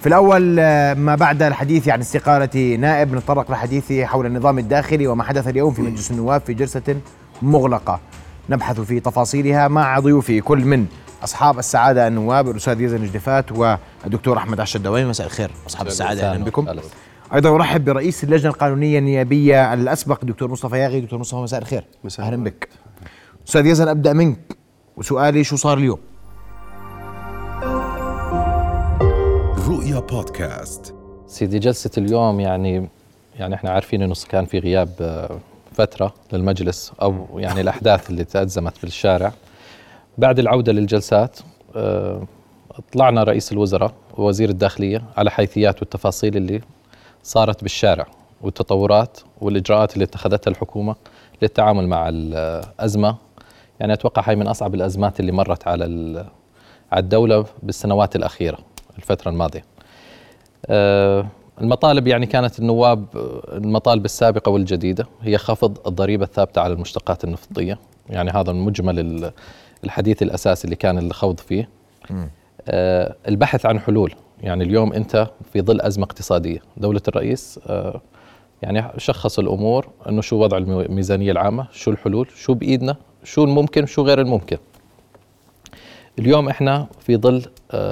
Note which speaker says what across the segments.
Speaker 1: في الأول ما بعد الحديث عن استقالة نائب نتطرق لحديث حول النظام الداخلي وما حدث اليوم في مجلس النواب في جلسة مغلقة نبحث في تفاصيلها مع ضيوفي كل من أصحاب السعادة النواب الأستاذ يزن جدفات والدكتور أحمد عشا الدواوي. مساء الخير أصحاب السعادة، أهلا بكم. أيضا أرحب برئيس اللجنة القانونية النيابية الأسبق دكتور مصطفى ياغي. دكتور مصطفى مساء الخير. أهلا بك. أستاذ يزن أبدأ منك وسؤالي شو صار اليوم؟
Speaker 2: رؤيا بودكاست.
Speaker 3: سيدي جلسة اليوم يعني احنا عارفين انه كان في غياب فترة للمجلس او يعني الاحداث اللي تأزمت في الشارع. بعد العودة للجلسات طلعنا رئيس الوزراء ووزير الداخلية على حيثيات والتفاصيل اللي صارت بالشارع والتطورات والإجراءات اللي اتخذتها الحكومة للتعامل مع الأزمة. يعني أتوقع هاي من أصعب الأزمات اللي مرت على الدولة بالسنوات الأخيرة الفترة الماضية. المطالب يعني كانت النواب المطالب السابقة والجديدة هي خفض الضريبة الثابتة على المشتقات النفطية. يعني هذا مجمل الحديث الأساسي اللي كان الخوض فيه. البحث عن حلول. يعني اليوم أنت في ظل أزمة اقتصادية، دولة الرئيس يعني شخص الأمور أنه شو وضع الميزانية العامة، شو الحلول، شو بإيدنا، شو الممكن، شو غير الممكن. اليوم إحنا في ظل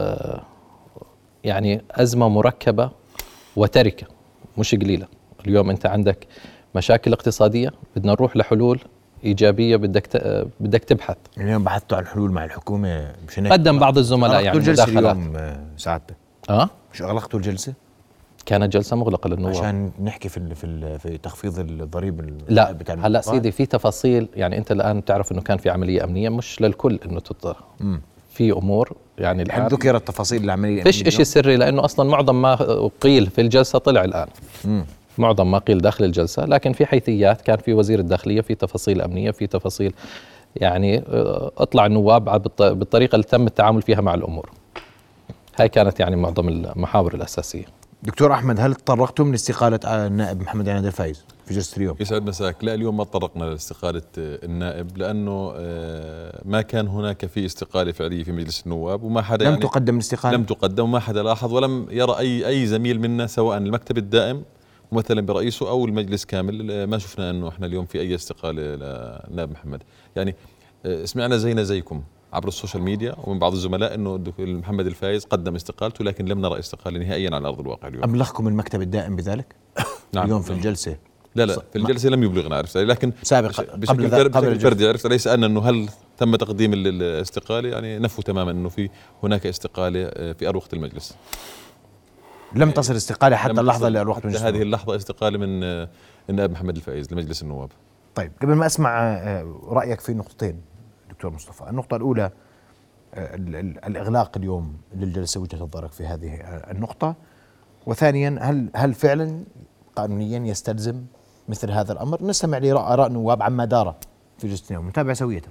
Speaker 3: يعني أزمة مركبة وتركة مش قليلة. اليوم أنت عندك مشاكل اقتصادية، بدنا نروح لحلول إيجابية، بدك تبحث.
Speaker 1: اليوم بحثتوا عن الحلول مع الحكومة؟
Speaker 3: قدم بعض الزملاء يعني
Speaker 1: مداخلات. سعادتك مش أغلقتوا الجلسة؟
Speaker 3: كانت جلسة مغلقة للنواب
Speaker 1: عشان نحكي في تخفيض الضريبة.
Speaker 3: لا هلا سيدي في تفاصيل. يعني أنت الآن تعرف إنه كان في عملية أمنية، مش للكل إنه تضطر في أمور. يعني الآن
Speaker 1: ذكرت تفاصيل العملية،
Speaker 3: فيش إشي سري، لأنه أصلا معظم ما قيل في الجلسة طلع الآن. معظم ما قيل داخل الجلسة، لكن في حيثيات كان في وزير الداخلية، في تفاصيل أمنية، في تفاصيل يعني اطلع النواب بالطريقة اللي تم التعامل فيها مع الأمور. هاي كانت يعني معظم المحاور الأساسية.
Speaker 1: دكتور أحمد، هل تطرقتم لاستقالة النائب محمد عناد الفايز في جلسة اليوم؟
Speaker 4: يسعد مساك. لا، اليوم ما تطرقنا لاستقالة النائب لأنه ما كان هناك في استقالة فعلية في مجلس النواب، وما حدا
Speaker 1: لم تقدم الاستقالة.
Speaker 4: لم تقدم، وما حدا لاحظ ولم يرى أي زميل منا سواء المكتب الدائم مثلا برئيسه أو المجلس كامل. ما شفنا أنه إحنا اليوم في أي استقالة للنائب محمد. يعني سمعنا زينا زيكم عبر السوشيال ميديا ومن بعض الزملاء انه الدكتور محمد الفايز قدم استقالته، لكن لم نرى استقالة نهائيا على ارض الواقع اليوم.
Speaker 1: ابلغكم المكتب الدائم بذلك؟
Speaker 4: نعم.
Speaker 1: اليوم في الجلسة؟
Speaker 4: لا في الجلسة لم يبلغنا، عرفت، لكن
Speaker 1: سابقا
Speaker 4: بشكل فردي عرفت. ليس انه هل تم تقديم الاستقالة، يعني نفوا تماما انه في هناك استقالة في اروقة المجلس.
Speaker 1: لم تصل استقالة حتى اللحظة اللي اروقة المجلس.
Speaker 4: هذه اللحظة استقالة من النائب محمد الفايز لمجلس النواب.
Speaker 1: طيب، قبل ما اسمع رأيك في نقطتين دكتور مصطفى. النقطة الأولى الإغلاق اليوم للجلسة، وجهة نظرك في هذه النقطة. وثانيا هل فعلا قانونيا يستلزم مثل هذا الأمر؟ نستمع لآراء نواب عما دار في جلسة اليوم. نتابع سوية.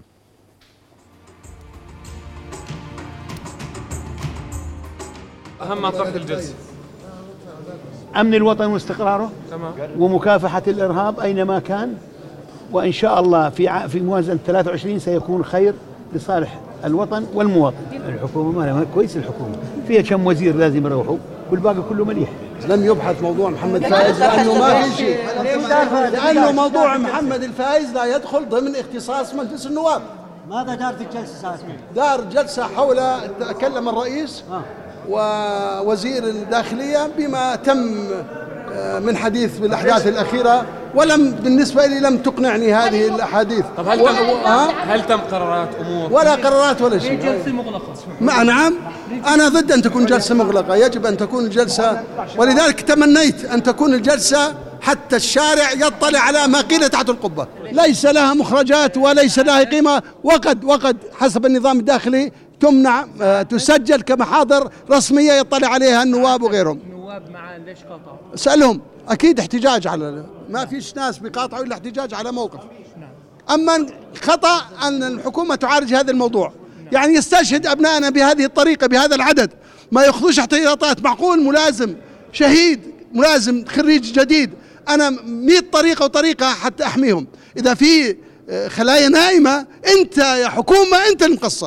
Speaker 5: أهم ما طرح الجلسة
Speaker 6: أمن الوطن واستقراره،
Speaker 5: تمام،
Speaker 6: ومكافحة الإرهاب أينما كان. وإن شاء الله في موازنة 23 سيكون خير لصالح الوطن والمواطن. الحكومة ما كويس، الحكومة فيها كم وزير لازم يروحوا والباقي كله مليح.
Speaker 7: لم يبحث موضوع محمد الفايز لأنه ما في شيء، لأنه موضوع محمد الفايز لا يدخل ضمن اختصاص مجلس النواب.
Speaker 6: ماذا دارت الجلسة ساعتين؟
Speaker 7: دار جلسة حول تكلم الرئيس ووزير الداخلية بما تم من حديث بالأحداث الأخيرة، ولم بالنسبة لي لم تقنعني هذه الأحاديث.
Speaker 5: طب هل تم قرارات أمور؟
Speaker 7: ولا قرارات ولا شيء.
Speaker 5: جلسة مغلقة.
Speaker 7: نعم، أنا ضد أن تكون جلسة مغلقة. يجب أن تكون الجلسة، ولذلك تمنيت أن تكون الجلسة حتى الشارع يطلع على ما قيل تحت القبة. ليس لها مخرجات وليس لها قيمة، وقد حسب النظام الداخلي تمنع تسجل كمحاضر رسمية يطلع عليها النواب وغيرهم.
Speaker 5: النواب معاه ليش قاطعوا؟
Speaker 7: سألهم. أكيد احتجاج على، ما فيش ناس بيقاطعوا إلا احتجاج على موقف. أما خطأ أن الحكومة تعالج هذا الموضوع. يعني يستشهد أبنائنا بهذه الطريقة بهذا العدد، ما يأخذوش احتياطات. معقول ملازم شهيد، ملازم خريج جديد، أنا 100 طريقة وطريقة حتى أحميهم. إذا في خلايا نائمة، أنت يا حكومة أنت المقصر.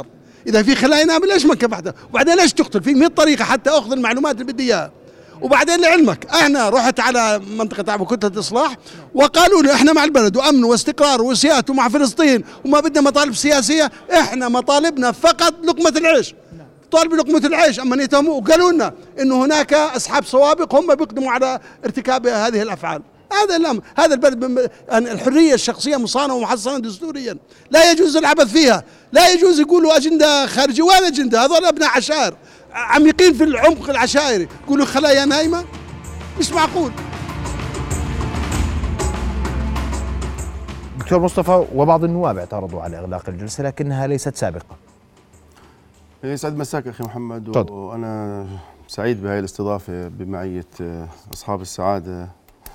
Speaker 7: إذا في خلايا نابل ليش ما كبحتها؟ وبعدين ليش تقتل؟ في 100 طريقة حتى أخذ المعلومات اللي بدي إياها. وبعدين لعلمك أنا رحت على منطقة أبو كتلة إصلاح وقالوا لي إحنا مع البلد وأمن واستقرار وسيادة ومع فلسطين وما بدنا مطالب سياسية، إحنا مطالبنا فقط لقمة العيش. طالب بلقمة العيش. أما يتهموا وقالوا لنا إنه هناك أصحاب سوابق هم بيقدموا على ارتكاب هذه الأفعال. هذا الأمر، هذا البلد الحرية الشخصية مصانة ومحصنة دستوريا، لا يجوز العبث فيها، لا يجوز يقولوا أجندة خارجية. وين أجندة؟ هذول أبناء عشائر عميقين في العمق العشائري، يقولوا خلايا نايمة، مش معقول.
Speaker 1: دكتور مصطفى، وبعض النواب اعترضوا على إغلاق الجلسة لكنها ليست سابقة.
Speaker 8: يسعد مساك أخي محمد.
Speaker 1: طبعا.
Speaker 8: وأنا سعيد بهذه الاستضافة بمعية أصحاب السعادة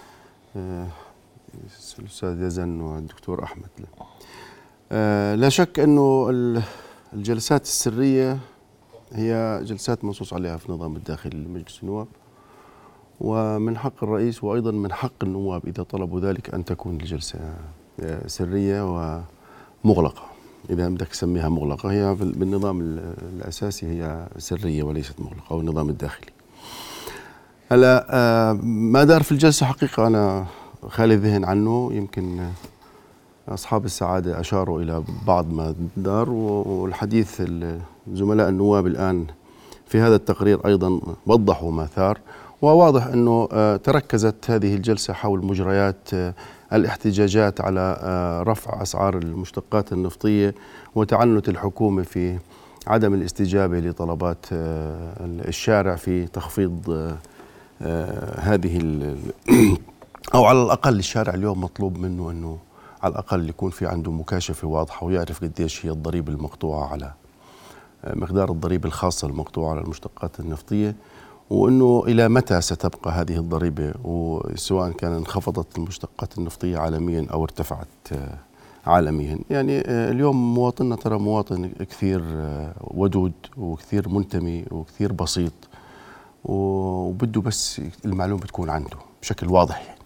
Speaker 8: الأستاذ يزن والدكتور أحمد. لا شك أنه الجلسات السرية هي جلسات منصوص عليها في النظام الداخلي لمجلس النواب، ومن حق الرئيس وأيضا من حق النواب إذا طلبوا ذلك أن تكون الجلسة سرية ومغلقة. إذا بدك تسميها مغلقة، هي بالنظام الأساسي هي سرية وليست مغلقة، أو النظام الداخلي. هلا ما دار في الجلسة حقيقة أنا خالي الذهن عنه، يمكن أصحاب السعادة أشاروا إلى بعض ما دار، والحديث زملاء النواب الآن في هذا التقرير أيضا وضحوا ما ثار. وواضح أنه تركزت هذه الجلسة حول مجريات الاحتجاجات على رفع أسعار المشتقات النفطية وتعنت الحكومة في عدم الاستجابة لطلبات الشارع في تخفيض هذه أو على الأقل الشارع اليوم مطلوب منه أنه على الأقل يكون في عنده مكاشفة واضحة ويعرف قديش هي الضريبة المقطوعة على مقدار الضريبة الخاصة المقطوعة على المشتقات النفطية، وأنه إلى متى ستبقى هذه الضريبة، وسواء كان انخفضت المشتقات النفطية عالميا أو ارتفعت عالميا. يعني اليوم مواطننا ترى مواطن كثير ودود وكثير منتمي وكثير بسيط، وبده بس المعلومة تكون عنده بشكل واضح يعني.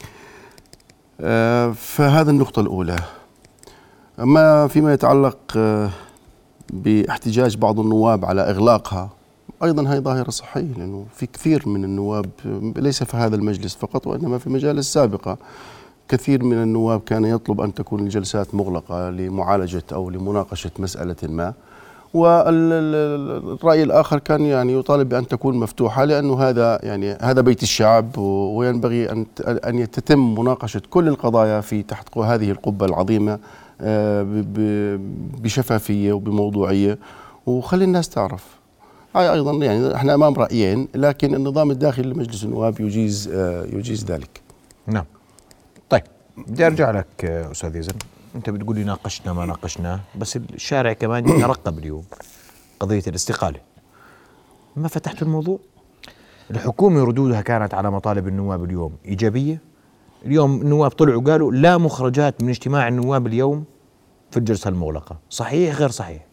Speaker 8: فهذا النقطة الأولى. أما فيما يتعلق باحتجاج بعض النواب على إغلاقها، أيضا هي ظاهرة صحية، لأنه في كثير من النواب ليس في هذا المجلس فقط وإنما في مجالس سابقة كثير من النواب كان يطلب أن تكون الجلسات مغلقة لمعالجة أو لمناقشة مسألة ما، والرأي الآخر كان يعني يطالب بأن تكون مفتوحة، لأنه هذا بيت الشعب وينبغي أن تتم مناقشة كل القضايا في تحت هذه القبة العظيمة بشفافية وبموضوعية، وخلي الناس تعرف. هاي أيضا يعني احنا أمام رأيين، لكن النظام الداخلي لمجلس النواب يجيز ذلك.
Speaker 1: نعم. طيب بدي أرجع لك أستاذ يزن، أنت بتقولي ناقشنا ما ناقشنا، بس الشارع كمان يترقب اليوم قضية الاستقالة. ما فتحت الموضوع؟ الحكومة ردودها كانت على مطالب النواب اليوم إيجابية. اليوم النواب طلعوا قالوا لا مخرجات من اجتماع النواب اليوم في الجلسة المغلقة، صحيح غير صحيح؟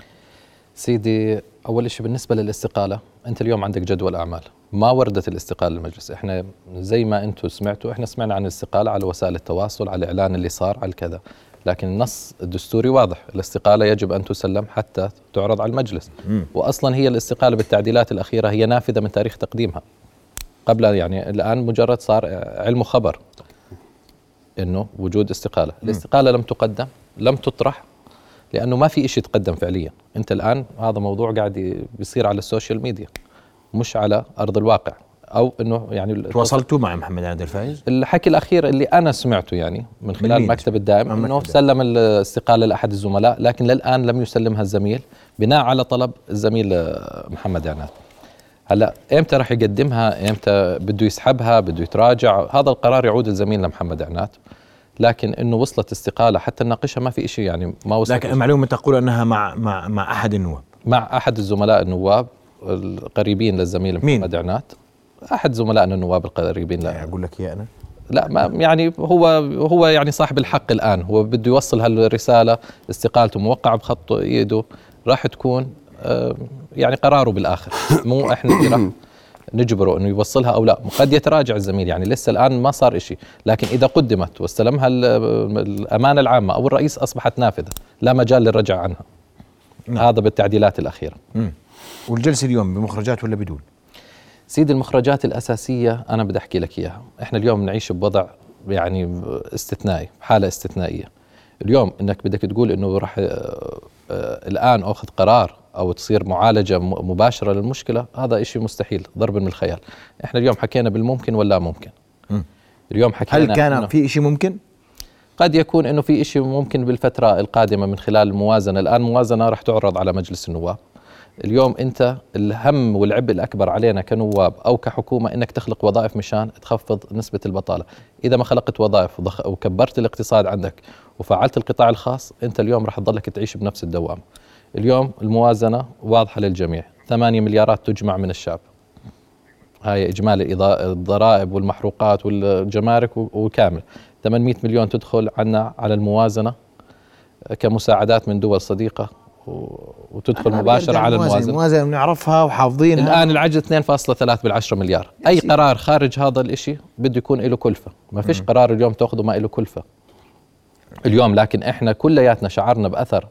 Speaker 3: سيدي، أول شيء بالنسبة للاستقالة، أنت اليوم عندك جدول أعمال، ما وردت الاستقالة للمجلس. إحنا زي ما أنتم سمعتوا، إحنا سمعنا عن الاستقالة على وسائل التواصل، على الإعلان اللي صار، على كذا، لكن النص الدستوري واضح، الاستقالة يجب أن تسلم حتى تعرض على المجلس. وأصلا هي الاستقالة بالتعديلات الأخيرة هي نافذة من تاريخ تقديمها قبل، يعني الآن مجرد صار علم خبر إنه وجود استقالة. الاستقالة لم تقدم، لم تطرح، لأنه ما في إشي يتقدم فعليا. أنت الآن هذا موضوع قاعد بيصير على السوشيال ميديا مش على أرض الواقع، أو إنه يعني
Speaker 1: تواصلتوا مع محمد عادل الفايز؟
Speaker 3: الحكي الأخير اللي أنا سمعته يعني من خلال المكتب الدائم إنه سلم الاستقالة لأحد الزملاء، لكن للآن لم يسلمها الزميل بناء على طلب الزميل محمد عناد. هلا إمتى راح يقدمها، إمتى بده يسحبها، بده يتراجع، هذا القرار يعود لزميلنا محمد عناد. لكن انه وصلت استقاله حتى نناقشها ما في شيء، يعني ما وصلت.
Speaker 1: لكن المعلومه تقول انها مع احد النواب،
Speaker 3: مع احد الزملاء النواب القريبين للزميل محمد عناد، احد زملائنا النواب القريبين. لا
Speaker 1: اقول لك يا انا
Speaker 3: لا، ما يعني هو يعني صاحب الحق الان، هو بده يوصل هالرساله، استقالته موقعه بخط ايده، راح تكون يعني قراره بالاخر، مو احنا اللي راح نجبره انه يوصلها او لا. قد يتراجع الزميل، يعني لسه الان ما صار إشي، لكن اذا قدمت واستلمها الامانه العامه او الرئيس اصبحت نافذه، لا مجال للرجع عنها. هذا بالتعديلات الأخيرة.
Speaker 1: والجلسة اليوم بمخرجات ولا بدون؟
Speaker 3: سيدي المخرجات الأساسية أنا بدي أحكي لك إياها. إحنا اليوم نعيش بوضع يعني استثنائي، حالة استثنائية. اليوم إنك بدك تقول إنه راح الآن أخذ قرار أو تصير معالجة مباشرة للمشكلة، هذا إشي مستحيل، ضرب من الخيال. إحنا اليوم حكينا بالممكن ولا ممكن. اليوم حكينا
Speaker 1: هل كان في إشي ممكن؟
Speaker 3: قد يكون إنه في إشي ممكن بالفترة القادمة من خلال الموازنة. الآن موازنة راح تعرض على مجلس النواب. اليوم أنت الهم والعبء الأكبر علينا كنواب أو كحكومة إنك تخلق وظائف مشان تخفض نسبة البطالة. إذا ما خلقت وظائف وكبرت الاقتصاد عندك وفعلت القطاع الخاص، أنت اليوم راح تضلك تعيش بنفس الدوام. اليوم الموازنة واضحة للجميع، 8 مليارات تجمع من الشعب. هاي إجمالي الضرائب والمحروقات والجمارك وكامل. 800 مليون تدخل عنا على الموازنة كمساعدات من دول صديقة وتدخل مباشرة على
Speaker 1: الموازنة بنعرفها وحافظينها.
Speaker 3: الآن العجز 2.3 بالعشرة مليار. أي قرار خارج هذا الإشي بده يكون له كلفة. ما فيش قرار اليوم تأخذه ما له كلفة اليوم. لكن إحنا كلياتنا شعرنا بأثر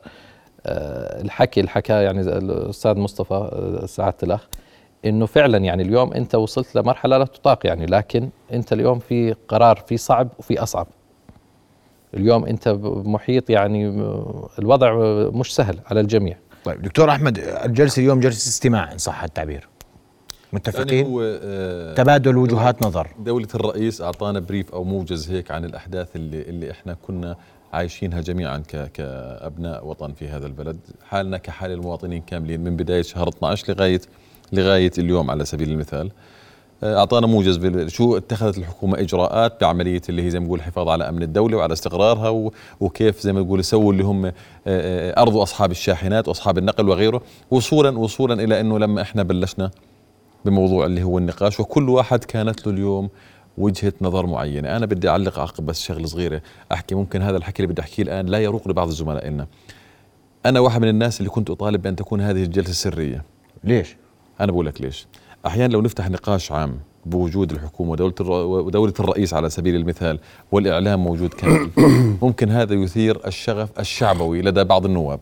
Speaker 3: الحكي يعني الأستاذ مصطفى سعادة الأخ، إنه فعلا يعني اليوم أنت وصلت لمرحلة لا تطاق يعني. لكن أنت اليوم في قرار في صعب وفي أصعب. اليوم أنت محيط يعني الوضع مش سهل على الجميع.
Speaker 1: طيب دكتور أحمد، الجلسة اليوم جلسة استماع إن صح التعبير، متفقين؟
Speaker 4: يعني
Speaker 1: تبادل وجهات نظر.
Speaker 4: دولة الرئيس أعطانا بريف أو موجز هيك عن الأحداث اللي إحنا كنا عايشينها جميعا كأبناء وطن في هذا البلد، حالنا كحال المواطنين كاملين من بداية شهر 12 لغاية اليوم على سبيل المثال. أعطانا موجز شو اتخذت الحكومة إجراءات بعملية اللي هي زي ما نقول الحفاظ على أمن الدولة وعلى استقرارها، وكيف زي ما نقول يسووا اللي هم أرضوا أصحاب الشاحنات وأصحاب النقل وغيره، وصولا إلى أنه لما إحنا بلشنا بموضوع اللي هو النقاش، وكل واحد كانت له اليوم وجهة نظر معينة. أنا بدي أعلق عقب بس شغلة صغيرة أحكي، ممكن هذا الحكي اللي بدي أحكيه الآن لا يروق لبعض الزملاء إلنا. أنا واحد من الناس اللي كنت أطالب بأن تكون هذه الجلسة سرية.
Speaker 1: ليش؟
Speaker 4: أنا بقول لك ليش. أحيانا لو نفتح نقاش عام بوجود الحكومة ودولة الرئيس على سبيل المثال والإعلام موجود كامل، ممكن هذا يثير الشغف الشعبوي لدى بعض النواب.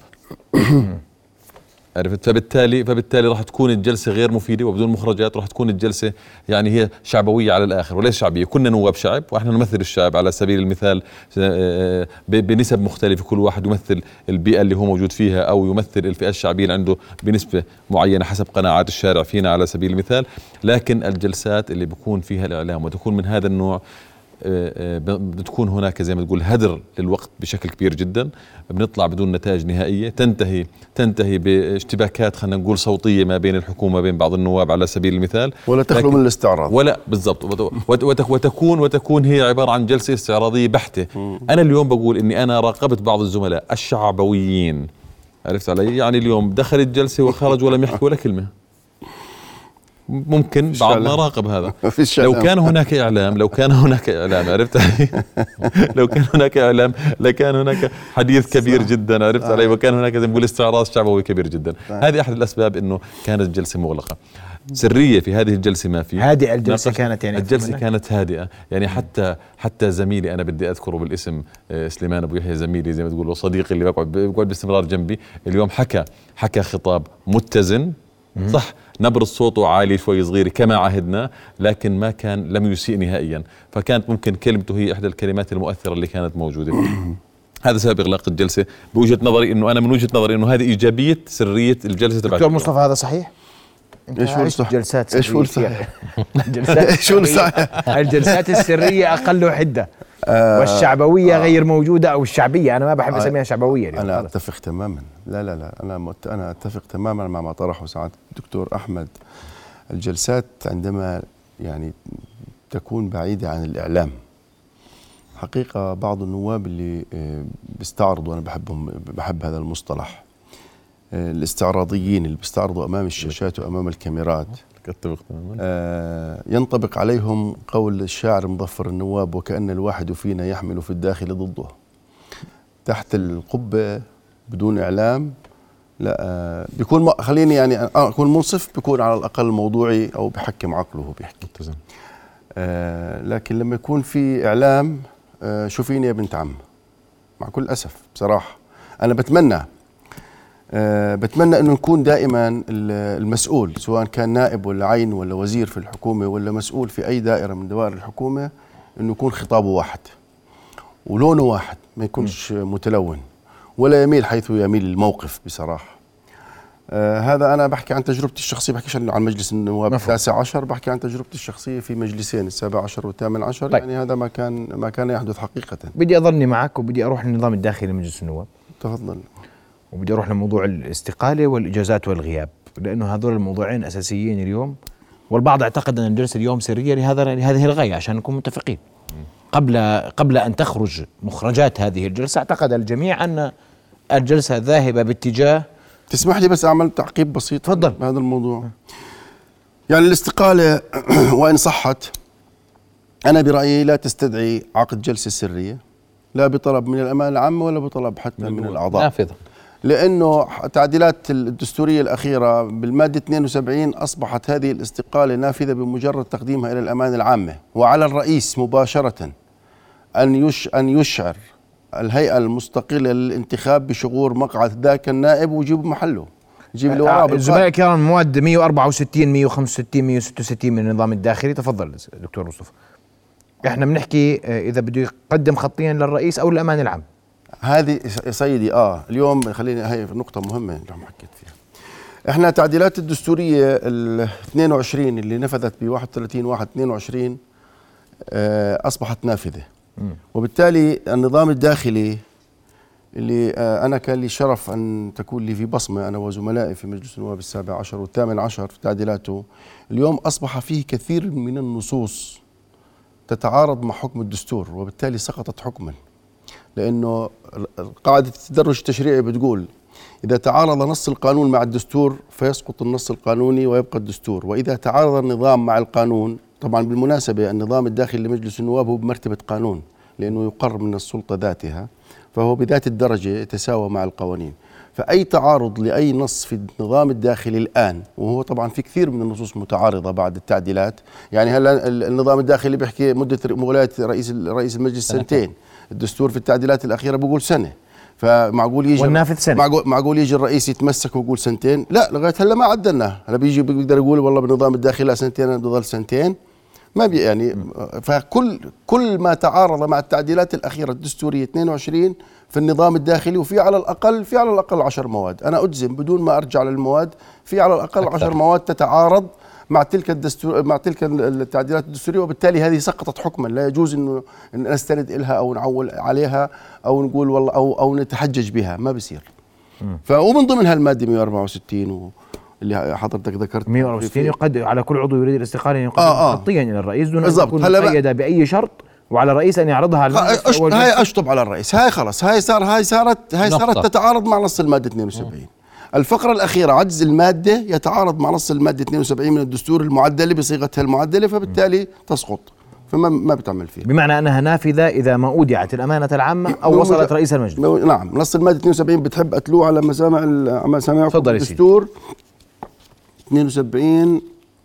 Speaker 4: عرفت؟ فبالتالي راح تكون الجلسة غير مفيدة وبدون مخرجات، راح تكون الجلسة يعني هي شعبوية على الآخر وليس شعبية. كنا نواب شعب وإحنا نمثل الشعب على سبيل المثال بنسب مختلفة، كل واحد يمثل البيئة اللي هو موجود فيها أو يمثل الفئة الشعبية اللي عنده بنسبة معينة حسب قناعات الشارع فينا على سبيل المثال. لكن الجلسات اللي بيكون فيها الإعلام وتكون من هذا النوع بتكون هناك زي ما تقول هدر للوقت بشكل كبير جدا، بنطلع بدون نتائج نهائية، تنتهي باشتباكات خلينا نقول صوتية ما بين الحكومة وبين بعض النواب على سبيل المثال،
Speaker 8: ولا تخلو من الاستعراض
Speaker 4: ولا بالضبط وتكون هي عبارة عن جلسة استعراضية بحتة. أنا اليوم بقول إني أنا راقبت بعض الزملاء الشعبويين، عرفت علي؟ يعني اليوم دخل الجلسة وخرج ولم يحكي ولا كلمة. ممكن بعضنا راقب هذا. لو كان هناك إعلام عرفت علي؟ لو كان هناك إعلام لكان هناك حديث كبير جدا، عرفت علي؟ وكان هناك زي ما نقول استعراض شعبوي كبير جدا. هذه أحد الأسباب إنه كانت الجلسة مغلقة. سرية في هذه الجلسة ما في.
Speaker 1: هذه الجلسة كانت يعني
Speaker 4: الجلسة كانت هادئة يعني. حتى زميلي أنا بدي أذكره بالاسم سليمان أبو يحيى، زميلي زي ما تقول وصديقي اللي بقعد باستمرار جنبي، اليوم حكى خطاب متزن صح، نبرة صوته عالي شوي صغيرة كما عهدنا، لكن لم يسيء نهائيا، فكانت ممكن كلمته هي إحدى الكلمات المؤثرة اللي كانت موجودة. هذا سبب إغلاق الجلسة بوجهة نظري، من وجهة نظري إنه هذه إيجابية سرية الجلسة تبعت.
Speaker 1: دكتور مصطفى هذا صحيح؟
Speaker 8: ايش هو صح؟
Speaker 1: جلسات
Speaker 8: ايش هو صح؟
Speaker 1: ايش هو صح؟ الجلسات السرية أقل حدة والشعبوية غير موجودة، أو الشعبية أنا ما بحب أسميها شعبوية.
Speaker 8: أنا أتفق تماما. لا أنا أتفق تماما مع ما طرحه سعادة الدكتور أحمد. الجلسات عندما يعني تكون بعيدة عن الإعلام، حقيقة بعض النواب اللي بيستعرضوا، أنا بحب هذا المصطلح، الاستعراضيين اللي بيستعرضوا أمام الشاشات وأمام الكاميرات، ينطبق عليهم قول الشاعر مظفر النواب: وكأن الواحد فينا يحمل في الداخل ضده. تحت القبة بدون إعلام لا بيكون خليني يعني أكون منصف، بيكون على الأقل موضوعي أو بحكم عقله وبيحكي. لكن لما يكون في إعلام، شوفيني يا بنت عم، مع كل أسف بصراحة أنا بتمنى بتمنى أنه نكون دائما المسؤول سواء كان نائب ولا عين ولا وزير في الحكومة ولا مسؤول في أي دائرة من دوائر الحكومة، أنه يكون خطابه واحد ولونه واحد، ما يكونش متلون ولا يميل حيث يميل الموقف بصراحة. هذا أنا بحكي عن تجربتي الشخصية، بحكيش عن مجلس النواب التاسع عشر، بحكي عن تجربتي الشخصية في مجلسين السابع عشر والثامن عشر.
Speaker 1: طيب.
Speaker 8: يعني هذا ما كان يحدث حقيقة.
Speaker 1: بدي أظلني معك وبدي أروح للنظام الداخلي لمجلس النواب.
Speaker 8: تفضل.
Speaker 1: وبدي أروح لموضوع الاستقالة والإجازات والغياب، لأنه هذول الموضوعين أساسيين اليوم، والبعض اعتقد أن الجلسة اليوم سرية لهذه الغاية عشان نكون متفقين. قبل أن تخرج مخرجات هذه الجلسة اعتقد الجميع أن الجلسة ذاهبة باتجاه.
Speaker 8: تسمح لي بس أعمل تعقيب بسيط.
Speaker 1: تفضل.
Speaker 8: بهذا الموضوع. يعني الاستقالة وإن صحت أنا برأيي لا تستدعي عقد جلسة سرية، لا بطلب من الأمانة العامة ولا بطلب حتى من الأعضاء.
Speaker 3: نافذة. لأنه
Speaker 8: التعديلات الدستورية الأخيرة بالمادة 72 أصبحت هذه الاستقالة نافذة بمجرد تقديمها إلى الأمانة العامة، وعلى الرئيس مباشرة أن يشعر الهيئة المستقلة للانتخاب بشغور مقعد ذاك النائب ويجيب محله، يجيب اللي وراه.
Speaker 1: الزملاء الكرام، مواد 164 165 166 من النظام الداخلي. تفضل دكتور مصطفى. احنا بنحكي إذا بده يقدم خطيا للرئيس أو للأمانة العامة. هذه
Speaker 8: سيدي اليوم خليني، هي نقطة مهمة اللي عم حكيت فيها. احنا التعديلات الدستورية ال 22 اللي نفذت ب 31/1/22 أصبحت نافذة، وبالتالي النظام الداخلي اللي أنا كان لي شرف أن تكون لي في بصمة أنا وزملائي في مجلس النواب السابع عشر والثامن عشر في تعديلاته، اليوم أصبح فيه كثير من النصوص تتعارض مع حكم الدستور، وبالتالي سقطت حكما، لأنه قاعدة التدرج التشريعي بتقول إذا تعارض نص القانون مع الدستور فيسقط النص القانوني ويبقى الدستور، وإذا تعارض النظام مع القانون. طبعا بالمناسبة النظام الداخلي لمجلس النواب هو بمرتبة قانون لأنه يقر من السلطة ذاتها، فهو بذات الدرجة يتساوى مع القوانين. فأي تعارض لأي نص في النظام الداخلي الآن، وهو طبعا في كثير من النصوص متعارضة بعد التعديلات، يعني هلا النظام الداخلي بيحكي مدة ولاية رئيس المجلس سنتين، الدستور في التعديلات الأخيرة بيقول سنة، فمعقول يجي
Speaker 1: والنافذ سنة،
Speaker 8: معقول يجي الرئيس يتمسك ويقول سنتين؟ لا، لغاية هلا ما عدلناه. هلا بيجي بيقدر يقول والله بالنظام الداخلي لا سنتين، أنا بدي أضل سنتين، ما بي يعني. فكل ما تعارض مع التعديلات الأخيرة الدستورية 22 في النظام الداخلي، وفي على الأقل 10 مواد، أنا أجزم بدون ما أرجع للمواد، في على الأقل 10 مواد تتعارض مع تلك التعديلات الدستورية، وبالتالي هذه سقطت حكما، لا يجوز إنه نستند إلها أو نعول عليها أو نقول والله أو نتحجج بها، ما بصير. ومن ضمنها المادة 164 اللي حضرتك ذكرت
Speaker 1: 164 يقدم على كل عضو يريد الاستقالة أن يقدم خطيا إلى الرئيس دون أن تكون مقيدة بأي شرط، وعلى الرئيس أن يعرضها على المجلس.
Speaker 8: هاي أشطب على الرئيس، هاي خلص، هاي صارت تتعارض مع نص المادة 72. الفقرة الأخيرة عجز المادة يتعارض مع نص المادة 72 من الدستور المعدلة بصيغتها المعدلة، فبالتالي تسقط، فما بتعمل فيها.
Speaker 1: بمعنى أنها نافذة إذا ما أودعت الأمانة العامة أو وصلت رئيس المجلس.
Speaker 8: نعم، نص المادة 72 بتحب أتلوه على مسامعكم الدستور 72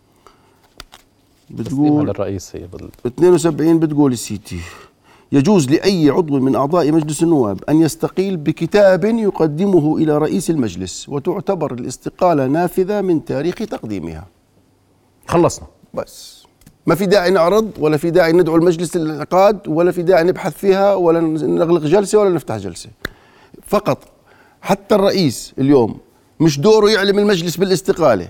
Speaker 8: بتقول
Speaker 3: الرئيس
Speaker 8: 72 بتقول السيتي: يجوز لأي عضو من أعضاء مجلس النواب أن يستقيل بكتاب يقدمه إلى رئيس المجلس، وتعتبر الاستقالة نافذة من تاريخ تقديمها.
Speaker 1: خلصنا،
Speaker 8: بس ما في داعي نعرض، ولا في داعي ندعو المجلس للانعقاد، ولا في داعي نبحث فيها، ولا نغلق جلسة، ولا نفتح جلسة. فقط حتى الرئيس اليوم مش دوره يعلم المجلس بالاستقالة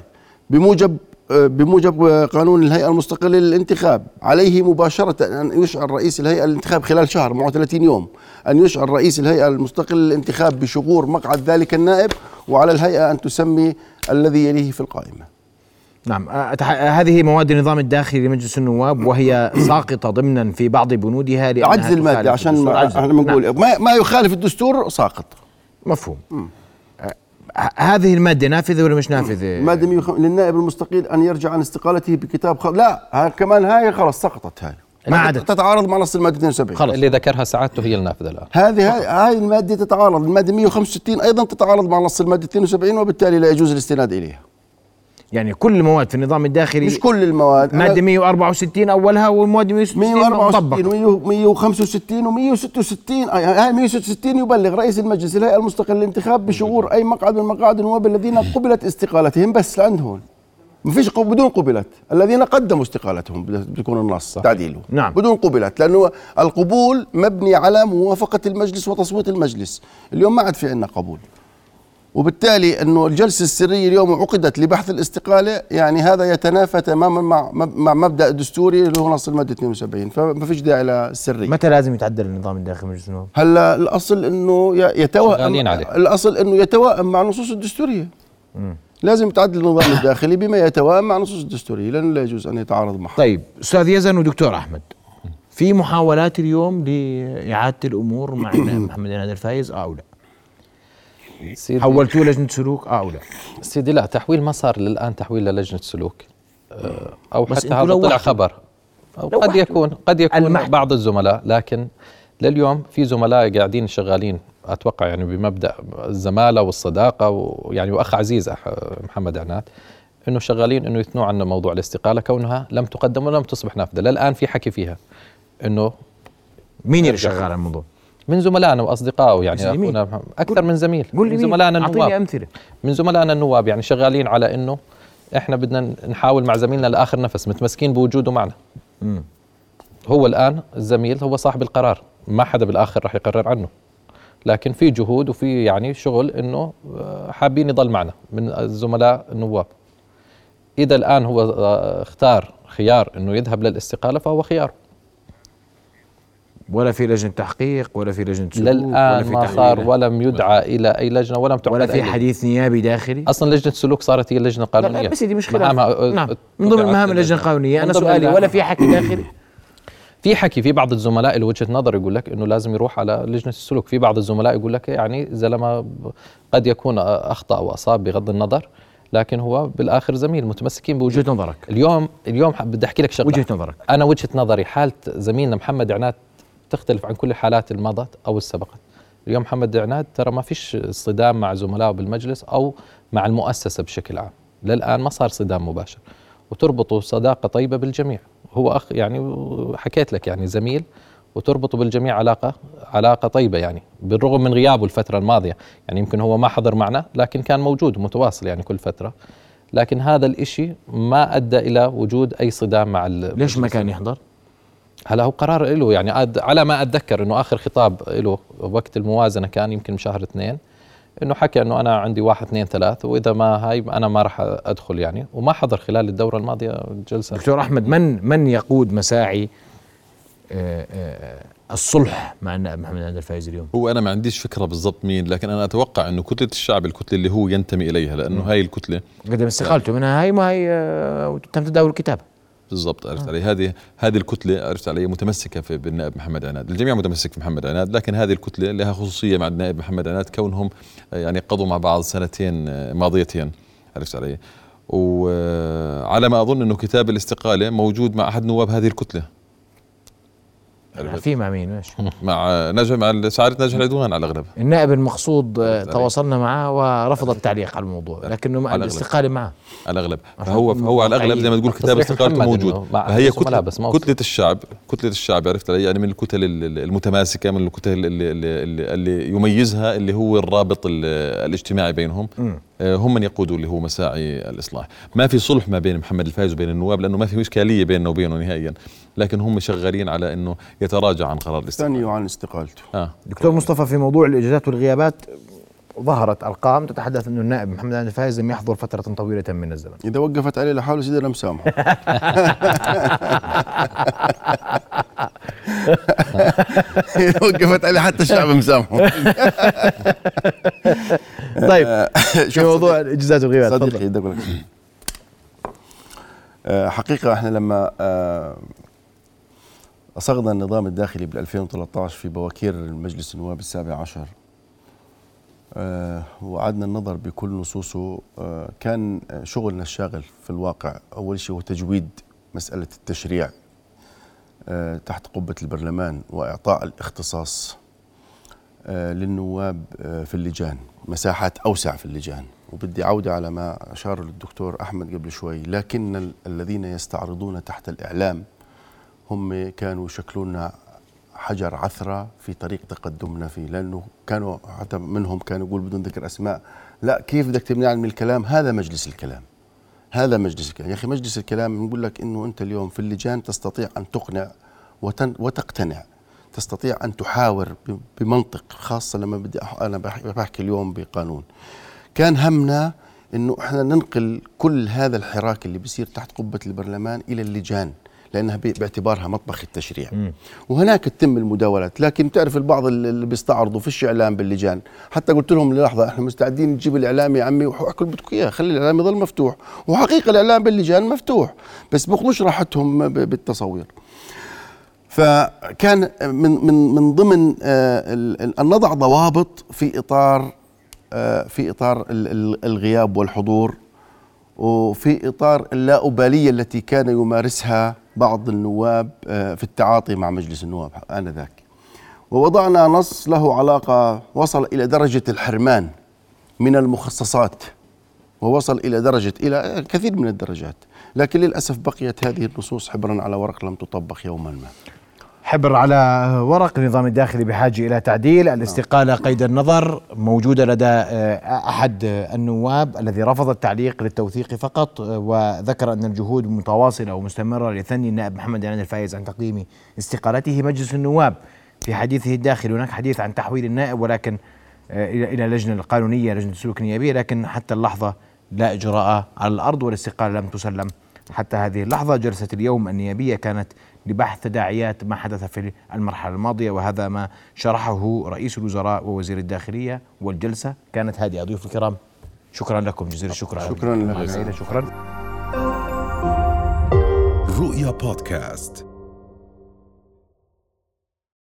Speaker 8: بموجب قانون الهيئة المستقلة للانتخاب، عليه مباشرة أن يشعر رئيس الهيئة للانتخاب خلال شهر، معه 30 يوم، أن يشعر رئيس الهيئة المستقلة للانتخاب بشغور مقعد ذلك النائب، وعلى الهيئة أن تسمي الذي يليه في القائمة.
Speaker 1: نعم، هذه مواد النظام الداخلي لمجلس النواب، وهي ساقطة ضمنا في بعض بنودها
Speaker 8: عجز المادة، عشان احنا بنقول ما يخالف الدستور ساقط.
Speaker 1: مفهوم. هذه المادة نافذة ولا مش نافذة؟
Speaker 8: مادة للنائب المستقيل أن يرجع عن استقالته بكتاب لا، كمان هاي خلاص سقطت، هاي
Speaker 1: ما عادت
Speaker 8: تتعارض مع نص المادة 72.
Speaker 3: خلاص اللي ذكرها سعادته هي النافذة الآن.
Speaker 8: هاي المادة تتعارض، المادة 165 أيضا تتعارض مع نص المادة 72، وبالتالي لا يجوز الاستناد إليها.
Speaker 1: يعني كل المواد في النظام الداخلي،
Speaker 8: مش كل المواد،
Speaker 1: مادة 164 أولها والمواد
Speaker 8: 164 و165 و166. هاي 166 يبلغ رئيس المجلس الهيئة المستقلة للانتخاب بشعور أي مقعد من مقاعد النواب الذين قبلت استقالتهم، بس لعندهم ما فيش بدون قبلت، الذين قدموا استقالتهم بيكون النص تعديله
Speaker 1: نعم.
Speaker 8: بدون قبلت، لأنه القبول مبني على موافقة المجلس وتصويت المجلس. اليوم ما عاد في عندنا قبول، وبالتالي أنه الجلسة السرية اليوم عقدت لبحث الاستقالة، يعني هذا يتنافى تماما مع مبدأ دستوري اللي هو نص المادة 72، فما فيش داعي للسرية.
Speaker 1: متى لازم يتعدل النظام الداخلي مجلس النواب؟
Speaker 8: هلا الأصل أنه يتوائم مع النصوص الدستورية. لازم يتعدل النظام الداخلي بما يتوائم مع النصوص الدستورية، لأنه لا يجوز أن يتعارض معها.
Speaker 1: طيب أستاذ يزن ودكتور أحمد، في محاولات اليوم لإعادة الأمور مع محمد عناد الفايز أو لا؟ حولتوه لجنة سلوك أو لا؟
Speaker 3: سيدي لا، تحويل ما صار للآن تحويل للجنة سلوك، أو حتى هذا طلع خبر، أو قد يكون بعض الزملاء، لكن لليوم في زملاء قاعدين شغالين أتوقع يعني بمبدأ الزمالة والصداقة، ويعني وأخ عزيز محمد عناد، إنه شغالين إنه يثنوا عن موضوع الاستقالة كونها لم تقدم ولم تصبح نافذة. للآن في حكي فيها إنه
Speaker 1: مين اللي شغال على الموضوع؟
Speaker 3: من زملائنا واصدقائه، يعني اكثر من زميل من زملائنا النواب، من زملائنا النواب يعني شغالين على انه احنا بدنا نحاول مع زميلنا لاخر نفس، متمسكين بوجوده معنا. هو الان الزميل هو صاحب القرار، ما حدا بالاخر راح يقرر عنه، لكن في جهود وفي يعني شغل انه حابين يضل معنا من الزملاء النواب. اذا الان هو اختار خيار انه يذهب للاستقالة فهو خيار.
Speaker 1: ولا في لجنة تحقيق ولا في لجنة سلوك
Speaker 3: للآن ما صار، ولم يدعى إلى أي لجنة ولم تعقد
Speaker 1: ولا في حديث نيابي داخلي.
Speaker 3: أصلا لجنة سلوك صارت هي اللجنة القانونية.
Speaker 1: لا بس دي مش خلاف، نعم من ضمن مهام اللجنة القانونية. أنا سؤالي ولا في حكي داخلي؟
Speaker 3: في حكي، في بعض الزملاء اللي وجهة نظر يقول لك إنه لازم يروح على لجنة السلوك، في بعض الزملاء يقول لك يعني زلمة قد يكون أخطأ وأصاب بغض النظر، لكن هو بالآخر زميل، متمسكين بوجهة
Speaker 1: نظرك.
Speaker 3: اليوم بدي أحكي لك شغلة،
Speaker 1: وجهة نظرك.
Speaker 3: أنا وجهة نظري حالة زميلنا محمد عناد تختلف عن كل الحالات المضت أو السبقت. اليوم محمد عناد ترى ما فيش صدام مع زملائه بالمجلس أو مع المؤسسة بشكل عام، للآن ما صار صدام مباشر، وتربطه صداقة طيبة بالجميع. هو أخ يعني حكيت لك يعني زميل، وتربطه بالجميع علاقة طيبة يعني، بالرغم من غيابه الفترة الماضية. يعني يمكن هو ما حضر معنا لكن كان موجود متواصل يعني كل فترة، لكن هذا الإشي ما أدى إلى وجود أي صدام مع
Speaker 1: ليش ما كان يحضر؟
Speaker 3: هلا هو قرار له يعني، على ما أتذكر إنه آخر خطاب له وقت الموازنة كان يمكن بشهر 2، إنه حكى إنه أنا عندي 1 2 3 وإذا ما هاي أنا ما راح أدخل يعني، وما حضر خلال الدورة الماضية الجلسة.
Speaker 1: دكتور أحمد، من يقود مساعي الصلح مع النائب محمد عناد الفايز اليوم؟
Speaker 4: هو أنا ما عنديش فكرة بالضبط مين، لكن أنا أتوقع إنه كتلة الشعب، الكتلة اللي هو ينتمي إليها، لأنه هاي الكتلة
Speaker 1: قدم استقالته منها، هاي ما هي تم تداول الكتاب
Speaker 4: بالضبط. عرفت علي؟ هذه الكتلة عرفت علي متمسكة بالنائب محمد عناد، الجميع متمسك في محمد عناد، لكن هذه الكتلة لها خصوصية مع النائب محمد عناد كونهم يعني قضوا مع بعض 2 ماضيتين. عرفت علي؟ وعلى ما أظن إنه كتاب الاستقالة موجود مع أحد نواب هذه الكتلة.
Speaker 1: في مع مين؟ ماشي
Speaker 4: مع سعادة نجح العدوان على الأغلب.
Speaker 1: النائب المقصود تواصلنا معه ورفض التعليق على الموضوع، لكنه الاستقالة معه
Speaker 4: على الأغلب. فهو على الأغلب زي ما تقول كتاب استقالته موجود. فهي كتلة الشعب عرفت علي؟ يعني من الكتل المتماسكة، من الكتل اللي يميزها اللي هو الرابط الاجتماعي بينهم. هم من يقودوا اللي هو مساعي الإصلاح. ما في صلح ما بين محمد الفايز وبين النواب، لأنه ما في إشكالية بيننا وبينه نهائيا، لكن هم شغالين على أنه يتراجع عن قرار الاستقالة.
Speaker 8: ثاني عن استقالته.
Speaker 1: دكتور مصطفى، في موضوع الإجازات والغيابات ظهرت أرقام تتحدث أنه النائب محمد عناد الفايز لم يحضر فترة طويلة من الزمن.
Speaker 8: إذا وقفت عليه لحاله سيدي أنا مسامحه. إذا وقفت عليه حتى الشعب مسامحه.
Speaker 1: طيب في موضوع الإجازات والغيابات
Speaker 8: صديقي بدي أقول لك حقيقة احنا لما أصغنا النظام الداخلي بال 2013 في بواكير المجلس النواب ال17 وعدنا النظر بكل نصوصه، كان شغلنا الشاغل في الواقع أول شيء هو تجويد مسألة التشريع تحت قبة البرلمان، وإعطاء الاختصاص للنواب في اللجان، مساحات أوسع في اللجان، وبدي عودة على ما أشار الدكتور أحمد قبل شوي، لكن الذين يستعرضون تحت الإعلام هم كانوا يشكلون حجر عثرة في طريق تقدمنا فيه، لأنه كانوا حتى منهم كانوا يقول بدون ذكر أسماء لا كيف بدك تمنعني من الكلام، هذا مجلس الكلام، هذا مجلس الكلام. يا أخي مجلس الكلام نقول لك إنه أنت اليوم في اللجان تستطيع أن تقنع وتقتنع، تستطيع أن تحاور بمنطق، خاصة لما أنا بحكي اليوم بقانون. كان همنا إنه إحنا ننقل كل هذا الحراك اللي بيصير تحت قبة البرلمان إلى اللجان، لأنها باعتبارها مطبخ التشريع، وهناك تتم المداولات. لكن بتعرف البعض اللي بيستعرضوا فيش إعلام باللجان، حتى قلت لهم للحظة إحنا مستعدين نجيب الإعلام يا عمي وحكوا اللي بدكم إياه، خلي الإعلام يظل مفتوح، وحقيقة الإعلام باللجان مفتوح بس بياخذوش راحتهم بالتصوير. فكان من ضمن أن نضع ضوابط في إطار الغياب والحضور، وفي إطار اللاؤبالية التي كان يمارسها بعض النواب في التعاطي مع مجلس النواب آنذاك. ووضعنا نص له علاقة وصل إلى درجة الحرمان من المخصصات، ووصل إلى كثير من الدرجات، لكن للأسف بقيت هذه النصوص حبرا على ورق لم تطبق يوما ما.
Speaker 1: حبر على ورق. النظام الداخلي بحاجة إلى تعديل. الاستقالة قيد النظر موجودة لدى أحد النواب الذي رفض التعليق للتوثيق فقط، وذكر أن الجهود متواصلة ومستمرة لثني النائب محمد عنان الفايز عن تقديم استقالته مجلس النواب. في حديثه الداخلي هناك حديث عن تحويل النائب ولكن إلى لجنة القانونية، لجنة السلوك النيابية، لكن حتى اللحظة لا إجراء على الأرض والاستقالة لم تسلم حتى هذه اللحظة. جلسة اليوم النيابية كانت لبحث تداعيات ما حدث في المرحلة الماضية، وهذا ما شرحه رئيس الوزراء ووزير الداخلية، والجلسة كانت هادئة. ضيوف الكرام شكرا لكم جزيل الشكر.
Speaker 8: شكرا لك.
Speaker 1: شكرا.
Speaker 2: رؤيا بودكاست.